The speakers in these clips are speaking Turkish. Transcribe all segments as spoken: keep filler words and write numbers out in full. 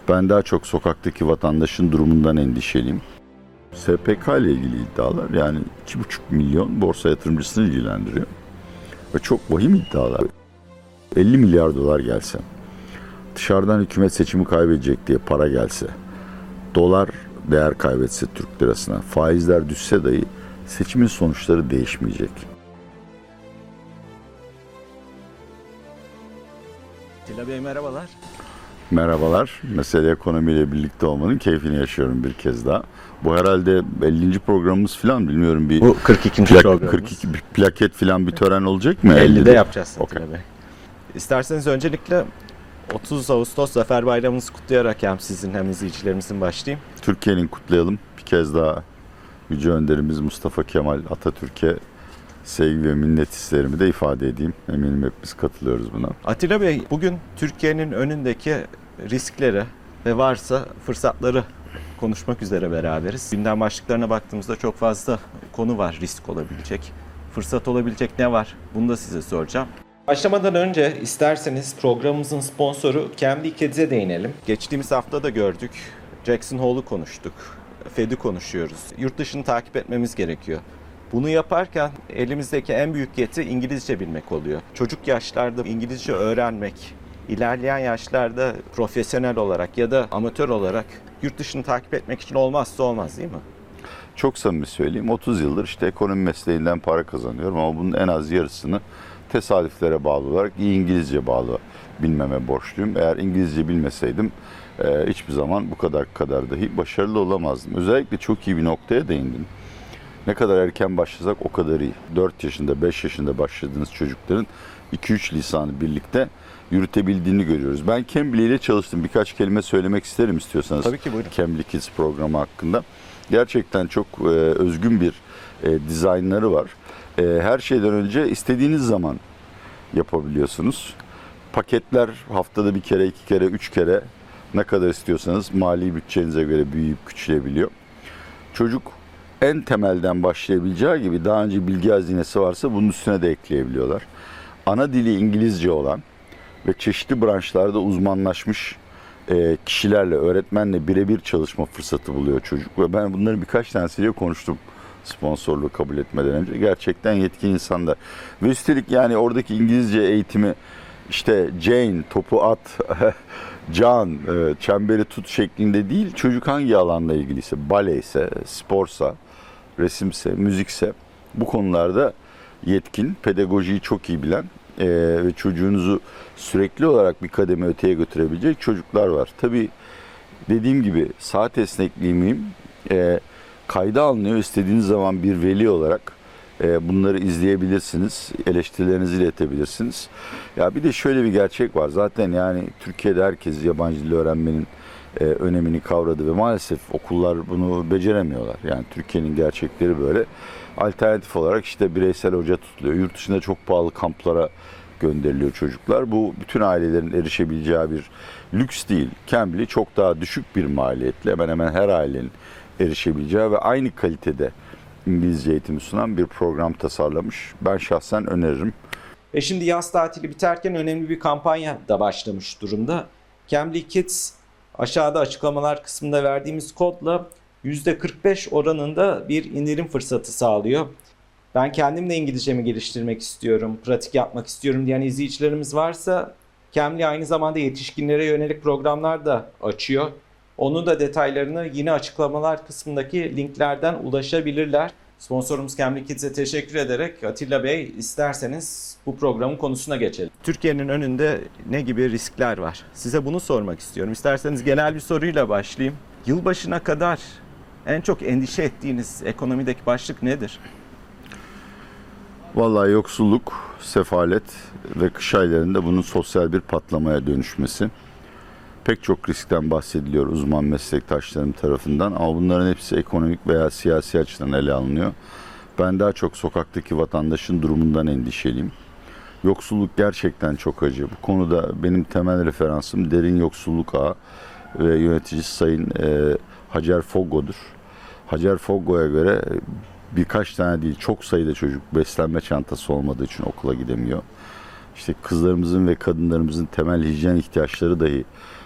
Ben daha çok sokaktaki vatandaşın durumundan endişeliyim. S P K ile ilgili iddialar, yani iki buçuk milyon borsa yatırımcısını ilgilendiriyor. Ve çok vahim iddialar. elli milyar dolar gelse, dışarıdan hükümet seçimi kaybedecek diye para gelse, dolar değer kaybetse Türk lirasına, faizler düşse dahi seçimin sonuçları değişmeyecek. Atilla Bey merhabalar. Merhabalar. Mesele ekonomiyle birlikte olmanın keyfini yaşıyorum bir kez daha. Bu herhalde ellinci programımız falan, bilmiyorum, bir Bu kırk ikinci plak, programımız. kırk iki bir plaket falan bir tören olacak mı? ellide yapacağız Atilla Okay. Bey. İsterseniz öncelikle otuz Ağustos Zafer Bayramımızı kutlayarak hem sizin hem izleyicilerimizin başlayayım. Türkiye'nin kutlayalım. Bir kez daha Yüce Önderimiz Mustafa Kemal Atatürk'e sevgi ve minnet hislerimi de ifade edeyim. Eminim hepimiz katılıyoruz buna. Atilla Bey, bugün Türkiye'nin önündeki riskleri ve varsa fırsatları konuşmak üzere beraberiz. Gündem başlıklarına baktığımızda çok fazla konu var risk olabilecek. Fırsat olabilecek ne var? Bunu da size soracağım. Başlamadan önce isterseniz programımızın sponsoru Cambly Kids'e değinelim. Geçtiğimiz hafta da gördük. Jackson Hole'u konuştuk. Fed'i konuşuyoruz. Yurt dışını takip etmemiz gerekiyor. Bunu yaparken elimizdeki en büyük yeti İngilizce bilmek oluyor. Çocuk yaşlarda İngilizce öğrenmek, ilerleyen yaşlarda profesyonel olarak ya da amatör olarak yurt dışını takip etmek için olmazsa olmaz, değil mi? Çok samimi söyleyeyim, otuz yıldır işte ekonomi mesleğinden para kazanıyorum ama bunun en az yarısını tesadüflere bağlı olarak iyi İngilizce bağlı bilmeme borçluyum. Eğer İngilizce bilmeseydim e, hiçbir zaman bu kadar kadar dahi başarılı olamazdım. Özellikle çok iyi bir noktaya değindim. Ne kadar erken başlasak o kadar iyi. dört yaşında, beş yaşında başladığınız çocukların iki üç lisanı birlikte yürütebildiğini görüyoruz. Ben Cambly ile çalıştım. Birkaç kelime söylemek isterim istiyorsanız. Tabii ki, buyurun. Cambly Kids programı hakkında. Gerçekten çok e, özgün bir e, dizaynları var. E, her şeyden önce istediğiniz zaman yapabiliyorsunuz. Paketler haftada bir kere, iki kere, üç kere ne kadar istiyorsanız mali bütçenize göre büyüyüp küçülebiliyor. Çocuk en temelden başlayabileceği gibi daha önce bilgi hazinesi varsa bunun üstüne de ekleyebiliyorlar. Ana dili İngilizce olan ve çeşitli branşlarda uzmanlaşmış e, kişilerle, öğretmenle birebir çalışma fırsatı buluyor çocuk. Ve ben bunların birkaç tanesiyle konuştum sponsorluğu kabul etmeden önce. Gerçekten yetkin insanlar. Ve üstelik yani oradaki İngilizce eğitimi işte Jane, topu at, Can, e, çemberi tut şeklinde değil. Çocuk hangi alanla ilgiliyse, baleyse, sporsa, resimse, müzikse bu konularda yetkin, pedagojiyi çok iyi bilen e, ve çocuğunuzu sürekli olarak bir kademe öteye götürebilecek çocuklar var. Tabii dediğim gibi saat esnekliği miyim? E, kayda alınıyor. İstediğiniz zaman bir veli olarak e, bunları izleyebilirsiniz, eleştirilerinizi iletebilirsiniz. Ya bir de şöyle bir gerçek var. Zaten yani Türkiye'de herkes yabancı dil öğrenmenin e, önemini kavradı ve maalesef okullar bunu beceremiyorlar. Yani Türkiye'nin gerçekleri böyle. Alternatif olarak işte bireysel hoca tutuluyor. Yurt dışında çok pahalı kamplara gönderiliyor çocuklar. Bu bütün ailelerin erişebileceği bir lüks değil. Cambly çok daha düşük bir maliyetle hemen hemen her ailenin erişebileceği ve aynı kalitede İngilizce eğitimi sunan bir program tasarlamış. Ben şahsen öneririm. Ve şimdi yaz tatili biterken önemli bir kampanya da başlamış durumda. Cambly Kids aşağıda açıklamalar kısmında verdiğimiz kodla yüzde kırk beş oranında bir indirim fırsatı sağlıyor. Ben kendim de İngilizcemi geliştirmek istiyorum, pratik yapmak istiyorum diyen izleyicilerimiz varsa Cambly aynı zamanda yetişkinlere yönelik programlar da açıyor. Onun da detaylarını yine açıklamalar kısmındaki linklerden ulaşabilirler. Sponsorumuz Cambly Kids'e teşekkür ederek Atilla Bey, isterseniz bu programın konusuna geçelim. Türkiye'nin önünde ne gibi riskler var? Size bunu sormak istiyorum. İsterseniz genel bir soruyla başlayayım. Yılbaşına kadar en çok endişe ettiğiniz ekonomideki başlık nedir? Vallahi yoksulluk, sefalet ve kış aylarında bunun sosyal bir patlamaya dönüşmesi. Pek çok riskten bahsediliyor uzman meslektaşlarım tarafından ama bunların hepsi ekonomik veya siyasi açıdan ele alınıyor. Ben daha çok sokaktaki vatandaşın durumundan endişeliyim. Yoksulluk gerçekten çok acı. Bu konuda benim temel referansım Derin Yoksulluk Ağı ve yöneticisi Sayın e, Hacer Foggo'dur. Hacer Foggo'ya göre birkaç tane değil çok sayıda çocuk beslenme çantası olmadığı için okula gidemiyor. İşte kızlarımızın ve kadınlarımızın temel hijyen ihtiyaçları dahi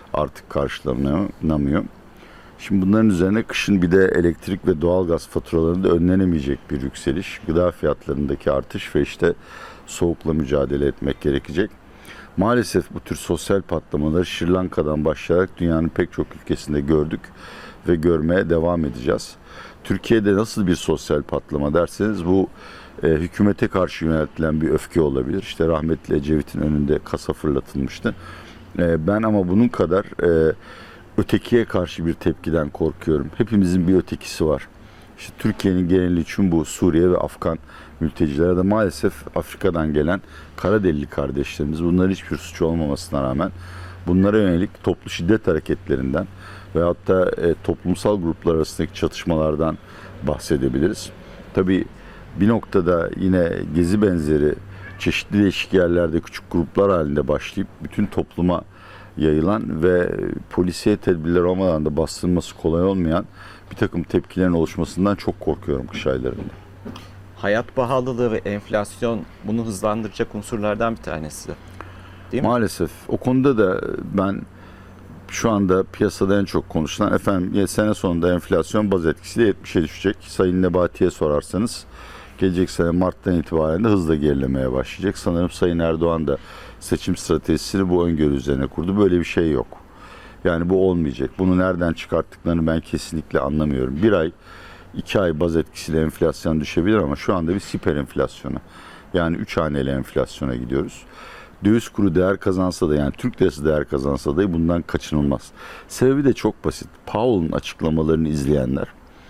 artık karşılanamıyor. Şimdi bunların üzerine kışın bir de elektrik ve doğalgaz faturalarında önlenemeyecek bir yükseliş, gıda fiyatlarındaki artış ve işte soğukla mücadele etmek gerekecek. Maalesef bu tür sosyal patlamaları Sri Lanka'dan başlayarak dünyanın pek çok ülkesinde gördük ve görmeye devam edeceğiz. Türkiye'de nasıl bir sosyal patlama derseniz bu e, hükümete karşı yöneltilen bir öfke olabilir. İşte rahmetli Ecevit'in önünde kasa fırlatılmıştı. E, ben ama bunun kadar e, ötekiye karşı bir tepkiden korkuyorum. Hepimizin bir ötekisi var. İşte Türkiye'nin geneli için bu Suriye ve Afgan mültecilere de maalesef Afrika'dan gelen Karadelili kardeşlerimiz, bunların hiçbir suçu olmamasına rağmen bunlara yönelik toplu şiddet hareketlerinden veyahut da e, toplumsal gruplar arasındaki çatışmalardan bahsedebiliriz. Tabii bir noktada yine Gezi benzeri çeşitli değişik yerlerde küçük gruplar halinde başlayıp bütün topluma yayılan ve polisiye tedbirler olmadan da bastırılması kolay olmayan bir takım tepkilerin oluşmasından çok korkuyorum kış aylarında. Hayat pahalılığı ve enflasyon bunu hızlandıracak unsurlardan bir tanesi. Değil mi? Maalesef. O konuda da ben şu anda piyasada en çok konuşulan efendim sene sonunda enflasyon baz etkisiyle yetmişe düşecek. Sayın Nebati'ye sorarsanız gelecek sene Mart'tan itibaren de hızla gerilemeye başlayacak. Sanırım Sayın Erdoğan da seçim stratejisini bu öngörü üzerine kurdu. Böyle bir şey yok. Yani bu olmayacak. Bunu nereden çıkarttıklarını ben kesinlikle anlamıyorum. Bir ay, iki ay baz etkisiyle enflasyon düşebilir ama şu anda bir siper enflasyona. Yani üç haneli enflasyona gidiyoruz. Döviz kuru değer kazansa da yani Türk lirası değer kazansa da bundan kaçınılmaz. Sebebi de çok basit. Powell'ın açıklamalarını izleyenler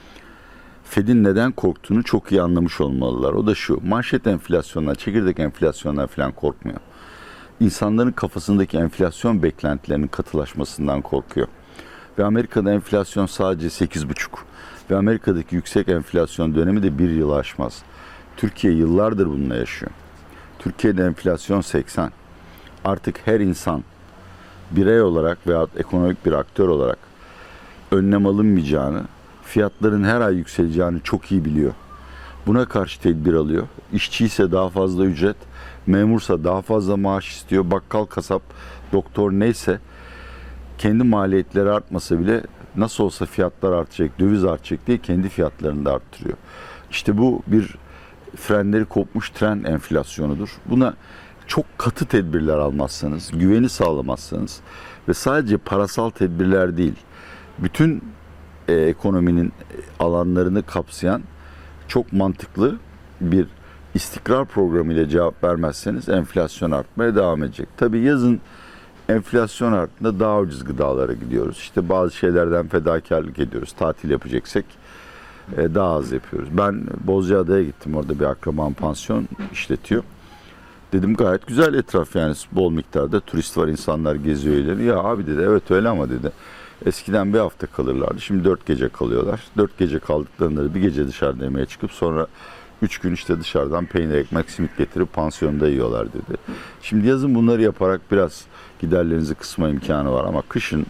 Fed'in neden korktuğunu çok iyi anlamış olmalılar. O da şu, manşet enflasyonlar, çekirdek enflasyonlar falan korkmuyor. İnsanların kafasındaki enflasyon beklentilerinin katılaşmasından korkuyor. Ve Amerika'da enflasyon sadece sekiz buçuk. Ve Amerika'daki yüksek enflasyon dönemi de bir yılı aşmaz. Türkiye yıllardır bununla yaşıyor. Türkiye'de enflasyon seksen. Artık her insan birey olarak veya ekonomik bir aktör olarak önlem alınmayacağını, fiyatların her ay yükseleceğini çok iyi biliyor. Buna karşı tedbir alıyor. İşçi ise daha fazla ücret, memursa daha fazla maaş istiyor. Bakkal, kasap, doktor neyse kendi maliyetleri artmasa bile nasıl olsa fiyatlar artacak, döviz artacak diye kendi fiyatlarını da arttırıyor. İşte bu bir frenleri kopmuş tren enflasyonudur. Buna çok katı tedbirler almazsanız, güveni sağlamazsanız ve sadece parasal tedbirler değil, bütün e, ekonominin alanlarını kapsayan çok mantıklı bir istikrar programı ile cevap vermezseniz enflasyon artmaya devam edecek. Tabii yazın enflasyon arttığında daha ucuz gıdalara gidiyoruz. İşte bazı şeylerden fedakarlık ediyoruz. Tatil yapacaksak e, daha az yapıyoruz. Ben Bozcaada'ya gittim. Orada bir akrabam pansiyon işletiyor. Dedim gayet güzel etraf yani bol miktarda turist var, insanlar geziyor ileri. Ya abi dedi evet öyle ama dedi. Eskiden bir hafta kalırlardı. Şimdi dört gece kalıyorlar. Dört gece kaldıklarında da bir gece dışarıda yemeğe çıkıp sonra üç gün işte dışarıdan peynir, ekmek, simit getirip pansiyonda yiyorlar dedi. Şimdi yazın bunları yaparak biraz giderlerinizi kısma imkanı var ama kışın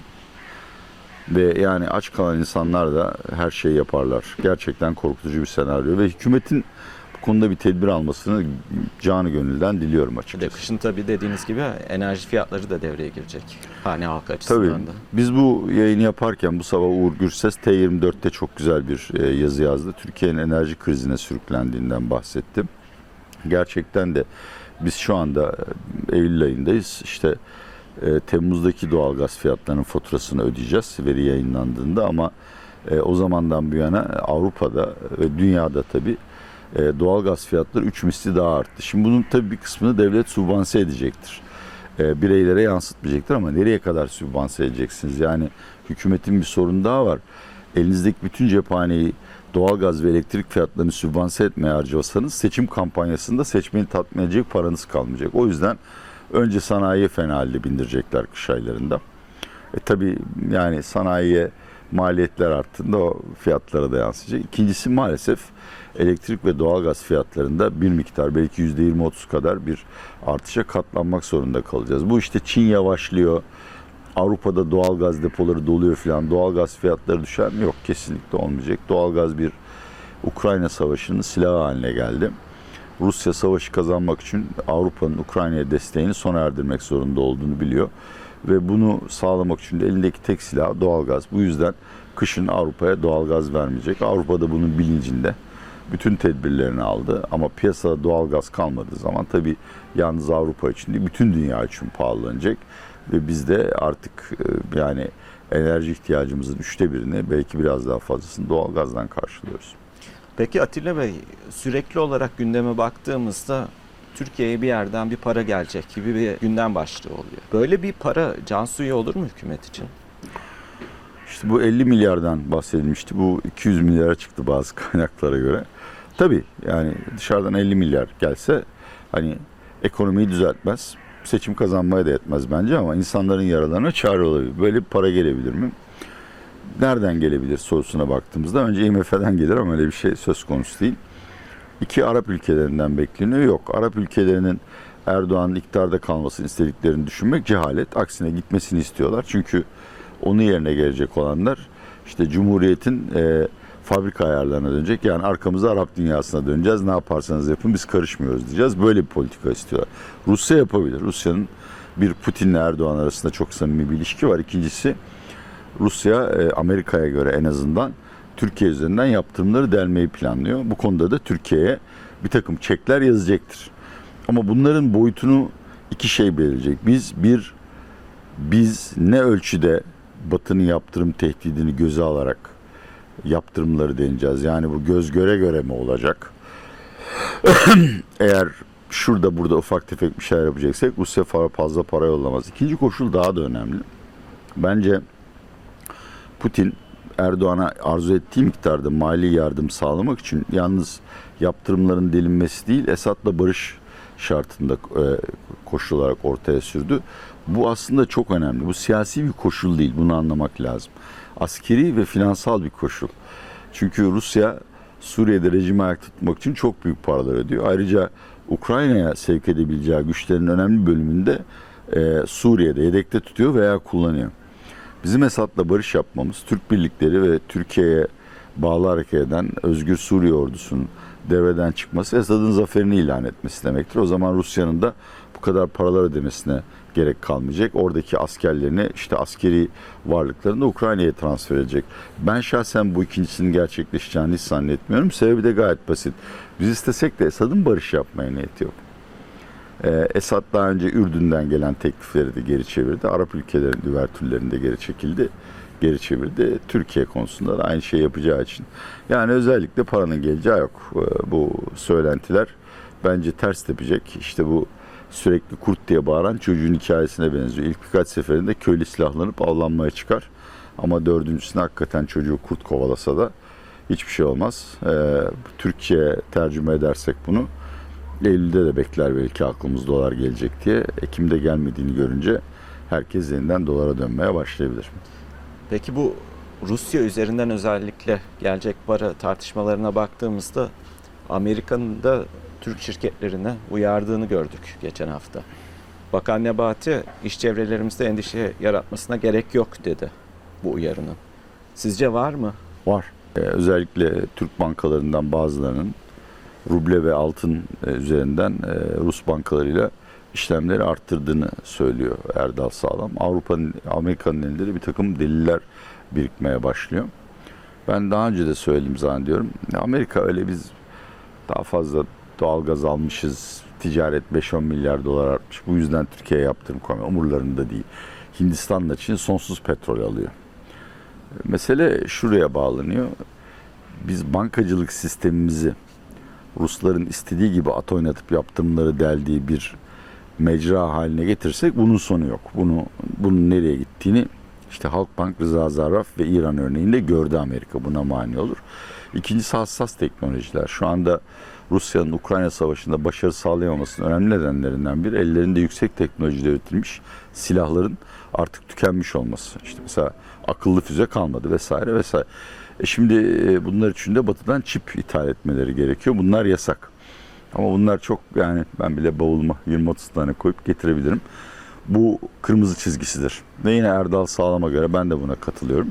ve yani aç kalan insanlar da her şeyi yaparlar. Gerçekten korkutucu bir senaryo ve hükümetin bu konuda bir tedbir almasını canı gönülden diliyorum açıkçası. Kışın tabii dediğiniz gibi enerji fiyatları da devreye girecek. Hane halkı açısından Tabii. da. Biz bu yayını yaparken bu sabah Uğur Gürses T yirmi dörtte çok güzel bir yazı yazdı. Türkiye'nin enerji krizine sürüklendiğinden bahsettim. Gerçekten de biz şu anda Eylül ayındayız. İşte e, Temmuz'daki doğalgaz fiyatlarının faturasını ödeyeceğiz veri yayınlandığında ama e, o zamandan bu yana Avrupa'da ve dünyada tabii e, doğalgaz fiyatları üç misli daha arttı. Şimdi bunun tabii bir kısmını devlet sübvanse edecektir. E, bireylere yansıtmayacaktır ama nereye kadar sübvanse edeceksiniz? Yani hükümetin bir sorunu daha var. Elinizdeki bütün cephaneyi doğalgaz ve elektrik fiyatlarını sübvanse etmeye harcasanız seçim kampanyasında seçmeni tatmin edecek paranız kalmayacak. O yüzden önce sanayiye fena halde bindirecekler kış aylarında. E tabii yani sanayiye maliyetler arttığında o fiyatlara da yansıyacak. İkincisi maalesef elektrik ve doğalgaz fiyatlarında bir miktar belki yüzde yirmi otuz kadar bir artışa katlanmak zorunda kalacağız. Bu işte Çin yavaşlıyor. Avrupa'da doğalgaz depoları doluyor falan. Doğalgaz fiyatları düşer mi? Yok, kesinlikle olmayacak. Doğalgaz bir Ukrayna savaşının silahı haline geldi. Rusya savaşı kazanmak için Avrupa'nın Ukrayna'ya desteğini sona erdirmek zorunda olduğunu biliyor. Ve bunu sağlamak için de elindeki tek silah doğalgaz. Bu yüzden kışın Avrupa'ya doğalgaz vermeyecek. Avrupa da bunun bilincinde. Bütün tedbirlerini aldı ama piyasada doğalgaz kalmadığı zaman tabii yalnız Avrupa için değil bütün dünya için pahalanacak ve biz de artık yani enerji ihtiyacımızın üçte birini belki biraz daha fazlasını doğalgazdan karşılıyoruz. Peki Atilla Bey, sürekli olarak gündeme baktığımızda Türkiye'ye bir yerden bir para gelecek gibi bir gündem başlığı oluyor. Böyle bir para can suyu olur mu hükümet için? İşte bu elli milyardan bahsedilmişti. Bu iki yüz milyara çıktı bazı kaynaklara göre. Tabii yani dışarıdan elli milyar gelse hani ekonomiyi düzeltmez. Seçim kazanmaya da yetmez bence ama insanların yaralarına çare olabilir. Böyle bir para gelebilir mi? Nereden gelebilir sorusuna baktığımızda önce I M F'den gelir ama öyle bir şey söz konusu değil. İki Arap ülkelerinden bekleniyor. Yok. Arap ülkelerinin Erdoğan'ın iktidarda kalmasını istediklerini düşünmek cehalet. Aksine gitmesini istiyorlar. Çünkü onun yerine gelecek olanlar işte Cumhuriyet'in e, fabrika ayarlarına dönecek. Yani arkamıza Arap dünyasına döneceğiz. Ne yaparsanız yapın biz karışmıyoruz diyeceğiz. Böyle bir politika istiyorlar. Rusya yapabilir. Rusya'nın bir Putin'le Erdoğan arasında çok samimi bir ilişki var. İkincisi Rusya e, Amerika'ya göre en azından Türkiye üzerinden yaptırımları delmeyi planlıyor. Bu konuda da Türkiye'ye bir takım çekler yazacaktır. Ama bunların boyutunu iki şey belirleyecek. Biz bir biz ne ölçüde Batı'nın yaptırım tehdidini göze alarak yaptırımları deneyeceğiz. Yani bu göz göre göre mi olacak? Eğer şurada burada ufak tefek bir şeyler yapacaksak Rusya fazla para yollamaz. İkinci koşul daha da önemli. Bence Putin Erdoğan'a arzu ettiği miktarda mali yardım sağlamak için yalnız yaptırımların delinmesi değil Esad'la barış şartında e, koşul olarak ortaya sürdü. Bu aslında çok önemli. Bu siyasi bir koşul değil. Bunu anlamak lazım. Askeri ve finansal bir koşul. Çünkü Rusya Suriye'de rejimi ayakta tutmak için çok büyük paralar ödüyor. Ayrıca Ukrayna'ya sevk edebileceği güçlerin önemli bölümünde e, Suriye'de yedekte tutuyor veya kullanıyor. Bizim Esad'la barış yapmamız, Türk birlikleri ve Türkiye'ye bağlı hareket eden Özgür Suriye ordusunun devreden çıkması, Esad'ın zaferini ilan etmesi demektir. O zaman Rusya'nın da bu kadar paralar ödemesine gerek kalmayacak. Oradaki askerlerini, işte askeri varlıklarını da Ukrayna'ya transfer edecek. Ben şahsen bu ikincisinin gerçekleşeceğini hiç zannetmiyorum. Sebebi de gayet basit. Biz istesek de Esad'ın barış yapmaya niyeti yok. Ee, Esad daha önce Ürdün'den gelen teklifleri de geri çevirdi. Arap ülkelerinin üvertürlerini de geri çekildi. Geri çevirdi. Türkiye konusunda da aynı şey yapacağı için. Yani özellikle paranın geleceği yok. Ee, bu söylentiler bence ters tepecek. İşte bu sürekli kurt diye bağıran çocuğun hikayesine benziyor. İlk birkaç seferinde köylü silahlanıp avlanmaya çıkar. Ama dördüncüsünde hakikaten çocuğu kurt kovalasa da hiçbir şey olmaz. Ee, Türkiye tercüme edersek bunu Eylül'de de bekler belki aklımız dolar gelecek diye. Ekim'de gelmediğini görünce herkes yeniden dolara dönmeye başlayabilir. Peki bu Rusya üzerinden özellikle gelecek para tartışmalarına baktığımızda Amerika'nın da Türk şirketlerine uyardığını gördük geçen hafta. Bakan Nebati iş çevrelerimizde endişe yaratmasına gerek yok dedi bu uyarının. Sizce var mı? Var. Ee, özellikle Türk bankalarından bazılarının ruble ve altın üzerinden Rus bankalarıyla işlemleri arttırdığını söylüyor Erdal Sağlam. Avrupa'nın, Amerika'nın elinde de bir takım deliller birikmeye başlıyor. Ben daha önce de söyledim zannediyorum. Amerika öyle biz daha fazla doğalgaz almışız, ticaret beş on milyar dolar artmış. Bu yüzden Türkiye'ye yaptırım koymuyor. Umurlarında değil. Hindistan'la Çin sonsuz petrol alıyor. Mesele şuraya bağlanıyor. Biz bankacılık sistemimizi Rusların istediği gibi at oynatıp yaptırımları deldiği bir mecra haline getirsek bunun sonu yok. Bunu bunun nereye gittiğini işte Halkbank, Rıza Zarrab ve İran örneğinde gördü Amerika. Buna mani olur. İkincisi hassas teknolojiler. Şu anda Rusya'nın Ukrayna Savaşı'nda başarı sağlayamamasının önemli nedenlerinden biri ellerinde yüksek teknolojide üretilmiş silahların artık tükenmiş olması. İşte mesela akıllı füze kalmadı vesaire vesaire. E şimdi bunlar için de Batı'dan çip ithal etmeleri gerekiyor. Bunlar yasak. Ama bunlar çok yani ben bile bavuluma yirmi otuz tane koyup getirebilirim. Bu kırmızı çizgisidir. Ve yine Erdal Sağlam'a göre ben de buna katılıyorum.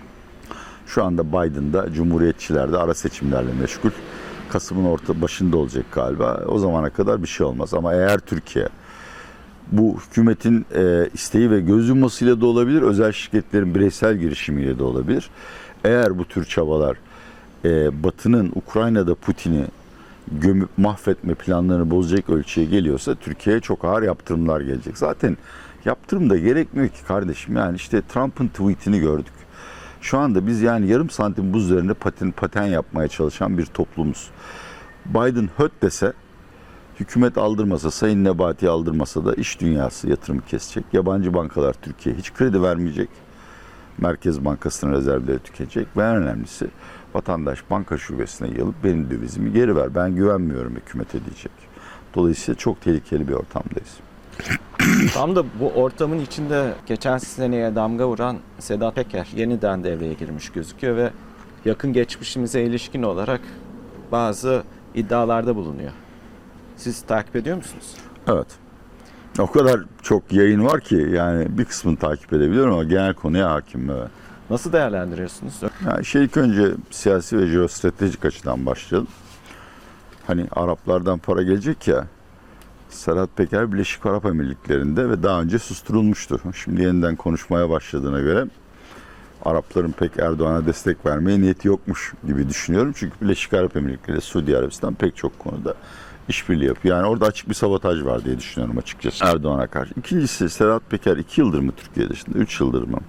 Şu anda Biden'da Cumhuriyetçiler de ara seçimlerle meşgul. Kasım'ın orta başında olacak galiba. O zamana kadar bir şey olmaz. Ama eğer Türkiye Bu hükümetin e, isteği ve göz yummasıyla da olabilir, özel şirketlerin bireysel girişimiyle de olabilir. Eğer bu tür çabalar e, Batı'nın Ukrayna'da Putin'i gömüp mahvetme planlarını bozacak ölçüye geliyorsa Türkiye'ye çok ağır yaptırımlar gelecek. Zaten yaptırım da gerekmiyor ki kardeşim. Yani işte Trump'ın tweetini gördük. Şu anda biz yani yarım santim buz üzerinde paten, paten yapmaya çalışan bir toplumuz. Biden höt dese, hükümet aldırmasa, Sayın Nebati aldırmasa da iş dünyası yatırım kesecek. Yabancı bankalar Türkiye'ye hiç kredi vermeyecek. Merkez Bankası'nın rezervleri tüketecek. Ve en önemlisi vatandaş banka şubesine gelip benim dövizimi geri ver. Ben güvenmiyorum hükümete diyecek. Dolayısıyla çok tehlikeli bir ortamdayız. Tam da bu ortamın içinde geçen seneye damga vuran Sedat Peker yeniden devreye girmiş gözüküyor ve yakın geçmişimize ilişkin olarak bazı iddialarda bulunuyor. Siz takip ediyor musunuz? Evet. O kadar çok yayın var ki yani bir kısmını takip edebiliyorum ama genel konuya hakim. Evet. Nasıl değerlendiriyorsunuz? Yani şey ilk önce siyasi ve jeostratejik açıdan başlayalım. Hani Araplardan para gelecek ya. Sedat Peker Birleşik Arap Emirlikleri'nde ve daha önce susturulmuştu. Şimdi yeniden konuşmaya başladığına göre Arapların pek Erdoğan'a destek vermeye niyeti yokmuş gibi düşünüyorum. Çünkü Birleşik Arap Emirlikleri, Suudi Arabistan pek çok konuda işbirliği yapıyor. Yani orada açık bir sabotaj var diye düşünüyorum açıkçası Erdoğan'a karşı. İkincisi Sedat Peker iki yıldır mı Türkiye dışında, üç yıldır mı?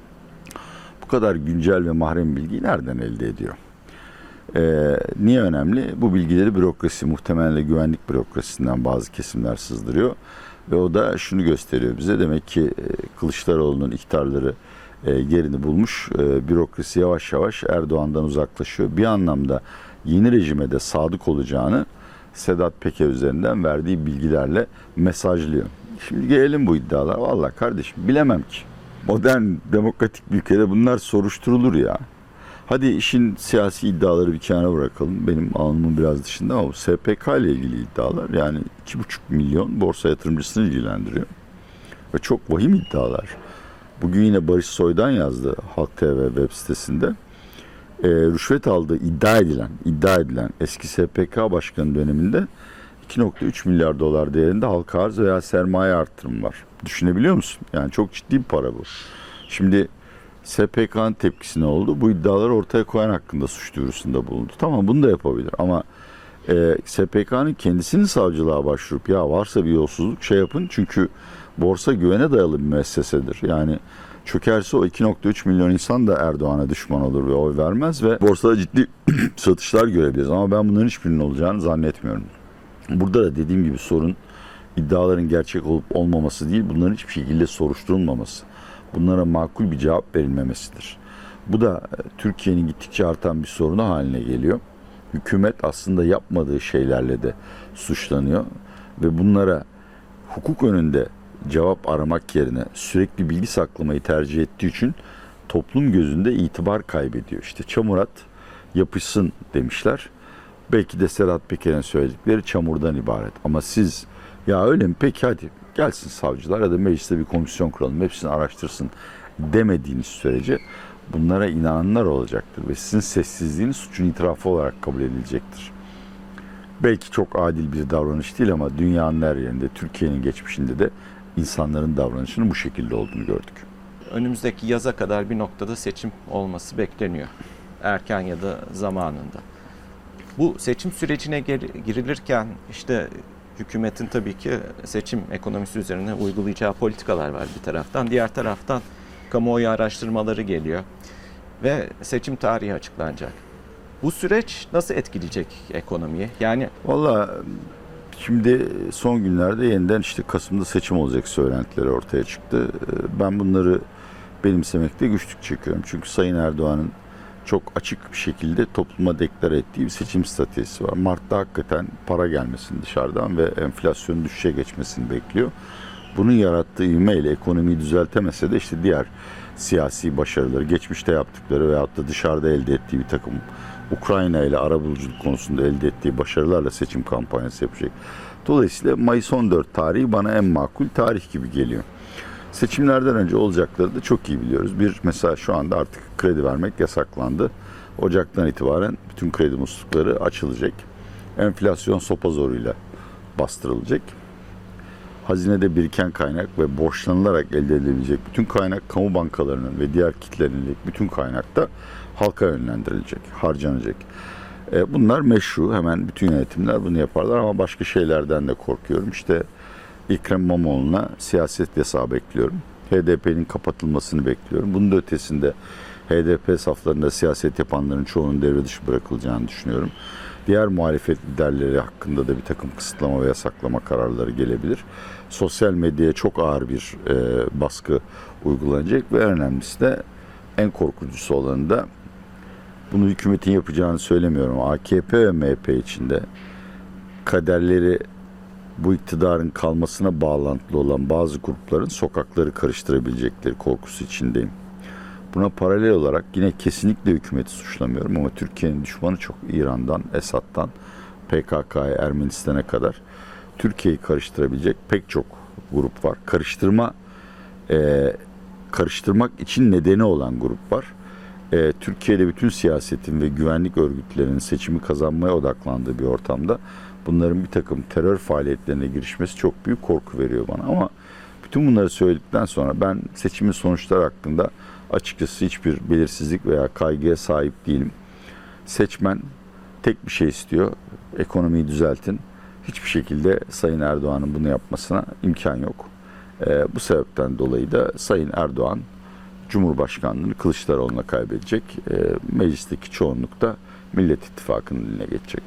Bu kadar güncel ve mahrem bilgiyi nereden elde ediyor? Ee, niye önemli? Bu bilgileri bürokrasi, muhtemelen güvenlik bürokrasisinden bazı kesimler sızdırıyor. Ve o da şunu gösteriyor bize. Demek ki e, Kılıçdaroğlu'nun ihtarları e, yerini bulmuş. E, bürokrasi yavaş yavaş Erdoğan'dan uzaklaşıyor. Bir anlamda yeni rejime de sadık olacağını Sedat Peker üzerinden verdiği bilgilerle mesajlıyor. Şimdi gelelim bu iddialar. Vallahi kardeşim bilemem ki. Modern demokratik bir ülkede bunlar soruşturulur ya. Hadi işin siyasi iddiaları bir kenara bırakalım. Benim alanımın biraz dışında ama bu S P K ile ilgili iddialar yani iki buçuk milyon borsa yatırımcısını ilgilendiriyor. Ve çok vahim iddialar. Bugün yine Barış Soy'dan yazdı Halk T V web sitesinde. E, rüşvet aldığı iddia edilen, iddia edilen eski S P K başkanı döneminde iki nokta üç milyar dolar değerinde halka arz veya sermaye artırımı var. Düşünebiliyor musun? Yani çok ciddi bir para bu. Şimdi S P K'nın tepkisi ne oldu? Bu iddiaları ortaya koyan hakkında suç duyurusunda bulundu. Tamam bunu da yapabilir ama e, S P K'nın kendisinin savcılığa başvurup ya varsa bir yolsuzluk şey yapın. Çünkü borsa güvene dayalı bir müessesedir. Yani çökerse o iki nokta üç milyon insan da Erdoğan'a düşman olur ve oy vermez ve borsada ciddi satışlar görebiliriz. Ama ben bunların hiçbirinin olacağını zannetmiyorum. Burada da dediğim gibi sorun iddiaların gerçek olup olmaması değil, bunların hiçbir şekilde soruşturulmaması. Bunlara makul bir cevap verilmemesidir. Bu da Türkiye'nin gittikçe artan bir sorunu haline geliyor. Hükümet aslında yapmadığı şeylerle de suçlanıyor ve bunlara hukuk önünde cevap aramak yerine sürekli bilgi saklamayı tercih ettiği için toplum gözünde itibar kaybediyor. İşte çamurat yapışsın demişler. Belki de Sedat Peker'in söyledikleri çamurdan ibaret. Ama siz ya öyle mi peki hadi gelsin savcılar ya da mecliste bir komisyon kuralım hepsini araştırsın demediğiniz sürece bunlara inananlar olacaktır ve sizin sessizliğiniz suçun itirafı olarak kabul edilecektir. Belki çok adil bir davranış değil ama dünyanın her yerinde, Türkiye'nin geçmişinde de insanların davranışının bu şekilde olduğunu gördük. Önümüzdeki yaza kadar bir noktada seçim olması bekleniyor. Erken ya da zamanında. Bu seçim sürecine girilirken işte hükümetin tabii ki seçim ekonomisi üzerine uygulayacağı politikalar var bir taraftan. Diğer taraftan kamuoyu araştırmaları geliyor ve seçim tarihi açıklanacak. Bu süreç nasıl etkileyecek ekonomiyi? Yani Vallahi şimdi son günlerde yeniden işte Kasım'da seçim olacak söylentileri ortaya çıktı. Ben bunları benimsemekte güçlük çekiyorum. Çünkü Sayın Erdoğan'ın çok açık bir şekilde topluma deklare ettiği bir seçim stratejisi var. Mart'ta hakikaten para gelmesini dışarıdan ve enflasyonun düşüşe geçmesini bekliyor. Bunun yarattığı ivmeyle ekonomiyi düzeltemese de işte diğer siyasi başarıları, geçmişte yaptıkları veyahut da dışarıda elde ettiği bir takım Ukrayna ile arabuluculuk konusunda elde ettiği başarılarla seçim kampanyası yapacak. Dolayısıyla Mayıs on dört tarihi bana en makul tarih gibi geliyor. Seçimlerden önce olacakları da çok iyi biliyoruz. Bir mesela şu anda artık kredi vermek yasaklandı. Ocaktan itibaren bütün kredi muslukları açılacak. Enflasyon sopa zoruyla bastırılacak. hazinede biriken kaynak ve borçlanılarak elde edilebilecek bütün kaynak kamu bankalarının ve diğer kitlerin bütün kaynak da halka yönlendirilecek, harcanacak. E, bunlar meşru, hemen bütün yönetimler bunu yaparlar ama başka şeylerden de korkuyorum. İşte Ekrem İmamoğlu'na siyaset yasağı bekliyorum. H D P'nin kapatılmasını bekliyorum. Bunun da ötesinde H D P saflarında siyaset yapanların çoğunun devre dışı bırakılacağını düşünüyorum. Diğer muhalefet liderleri hakkında da bir takım kısıtlama ve yasaklama kararları gelebilir. Sosyal medyaya çok ağır bir e, baskı uygulanacak ve en önemlisi de en korkuncusu olanı da bunu hükümetin yapacağını söylemiyorum. A K P ve M H P içinde kaderleri bu iktidarın kalmasına bağlantılı olan bazı grupların sokakları karıştırabilecekleri korkusu içindeyim. Buna paralel olarak yine kesinlikle hükümeti suçlamıyorum ama Türkiye'nin düşmanı çok İran'dan, Esad'dan, P K K'ya, Ermenistan'a kadar Türkiye'yi karıştırabilecek pek çok grup var. Karıştırma, e, karıştırmak için nedeni olan grup var. E, Türkiye'de bütün siyasetin ve güvenlik örgütlerinin seçimi kazanmaya odaklandığı bir ortamda bunların bir takım terör faaliyetlerine girişmesi çok büyük korku veriyor bana. Ama bütün bunları söyledikten sonra ben seçimin sonuçları hakkında açıkçası hiçbir belirsizlik veya kaygıya sahip değilim. Seçmen tek bir şey istiyor, ekonomiyi düzeltin. Hiçbir şekilde Sayın Erdoğan'ın bunu yapmasına imkan yok. E, bu sebepten dolayı da Sayın Erdoğan Cumhurbaşkanlığını Kılıçdaroğlu'na kaybedecek. E, meclisteki çoğunluk da Millet İttifakı'nın eline geçecek.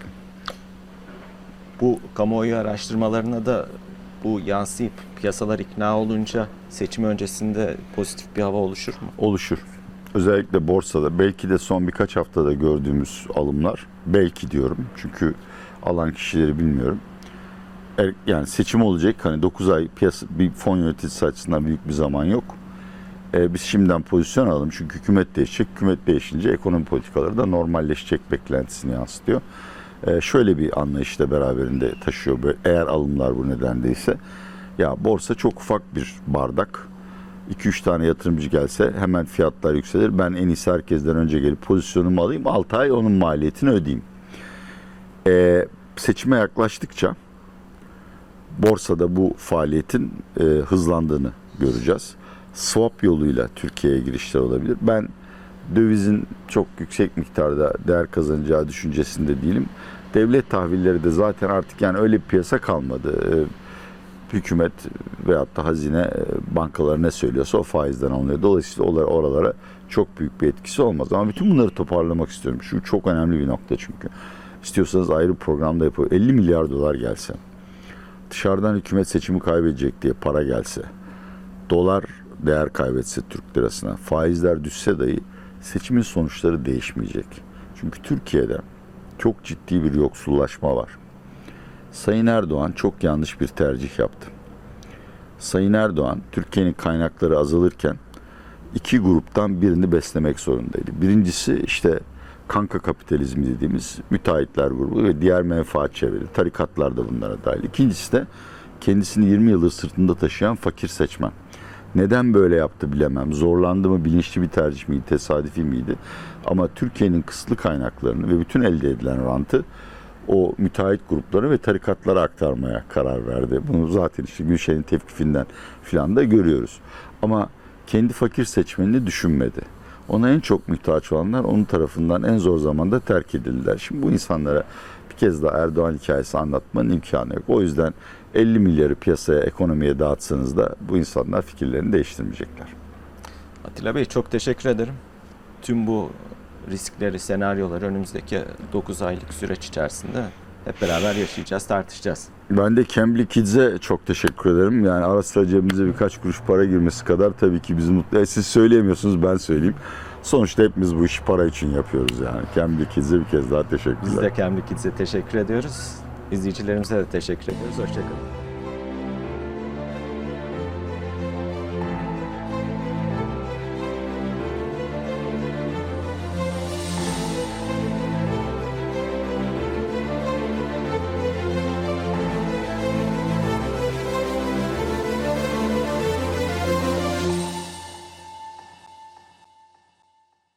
Bu kamuoyu araştırmalarına da bu yansıyıp piyasalar ikna olunca seçim öncesinde pozitif bir hava oluşur mu? Oluşur. Özellikle borsada belki de son birkaç haftada gördüğümüz alımlar, belki diyorum çünkü alan kişileri bilmiyorum. Yani seçim olacak, hani dokuz ay piyasa bir fon yöneticisi açısından büyük bir zaman yok. Ee, biz şimdiden pozisyon alalım çünkü hükümet değişecek. Hükümet değişince ekonomi politikaları da normalleşecek beklentisini yansıtıyor. Ee, şöyle bir anlayış da beraberinde taşıyor. Eğer alımlar bu nedendeyse, ya borsa çok ufak bir bardak. iki üç tane yatırımcı gelse hemen fiyatlar yükselir. Ben en iyisi herkesten önce gelip pozisyonumu alayım. altı ay onun maliyetini ödeyeyim. Ee, seçime yaklaştıkça borsada bu faaliyetin e, hızlandığını göreceğiz. Swap yoluyla Türkiye'ye girişler olabilir. Ben dövizin çok yüksek miktarda değer kazanacağı düşüncesinde değilim. Devlet tahvilleri de zaten artık yani öyle bir piyasa kalmadı. Ee, hükümet veyahut da hazine bankaları ne söylüyorsa o faizden alınıyor. Dolayısıyla oralara çok büyük bir etkisi olmaz. Ama bütün bunları toparlamak istiyorum. Şu çok önemli bir nokta çünkü. İstiyorsanız ayrı programda yapalım. elli milyar dolar gelse, dışarıdan hükümet seçimi kaybedecek diye para gelse, dolar değer kaybetse Türk lirasına, faizler düşse dahi seçimin sonuçları değişmeyecek. Çünkü Türkiye'de çok ciddi bir yoksullaşma var. Sayın Erdoğan çok yanlış bir tercih yaptı. Sayın Erdoğan Türkiye'nin kaynakları azalırken iki gruptan birini beslemek zorundaydı. Birincisi işte kanka kapitalizmi dediğimiz müteahhitler grubu ve diğer menfaat çevreleri, tarikatlar da bunlara dahil. İkincisi de kendisini yirmi yıldır sırtında taşıyan fakir seçmen. Neden böyle yaptı bilemem. Zorlandı mı, bilinçli bir tercih miydi, tesadüfi miydi? Ama Türkiye'nin kısıtlı kaynaklarını ve bütün elde edilen rantı o müteahhit grupları ve tarikatlara aktarmaya karar verdi. Bunu zaten işte Gülşen'in tevkifinden filan da görüyoruz. Ama kendi fakir seçmenini düşünmedi. Ona en çok muhtaç olanlar onun tarafından en zor zamanda terk edildiler. Şimdi bu insanlara bir kez daha Erdoğan hikayesi anlatmanın imkanı yok. O yüzden elli milyarı piyasaya, ekonomiye dağıtsanız da bu insanlar fikirlerini değiştirmeyecekler. Atilla Bey çok teşekkür ederim. Tüm bu riskleri, senaryoları önümüzdeki dokuz aylık süreç içerisinde hep beraber yaşayacağız, tartışacağız. Ben de Cambly Kids'e çok teşekkür ederim. Yani ara sıra cebimize birkaç kuruş para girmesi kadar tabii ki bizi mutlu. E, siz söyleyemiyorsunuz, ben söyleyeyim. Sonuçta hepimiz bu işi para için yapıyoruz yani. Cambly Kids'e bir kez daha teşekkürler. Biz de Cambly Kids'e teşekkür ediyoruz. İzleyicilerimize de teşekkür ediyoruz. Hoşçakalın.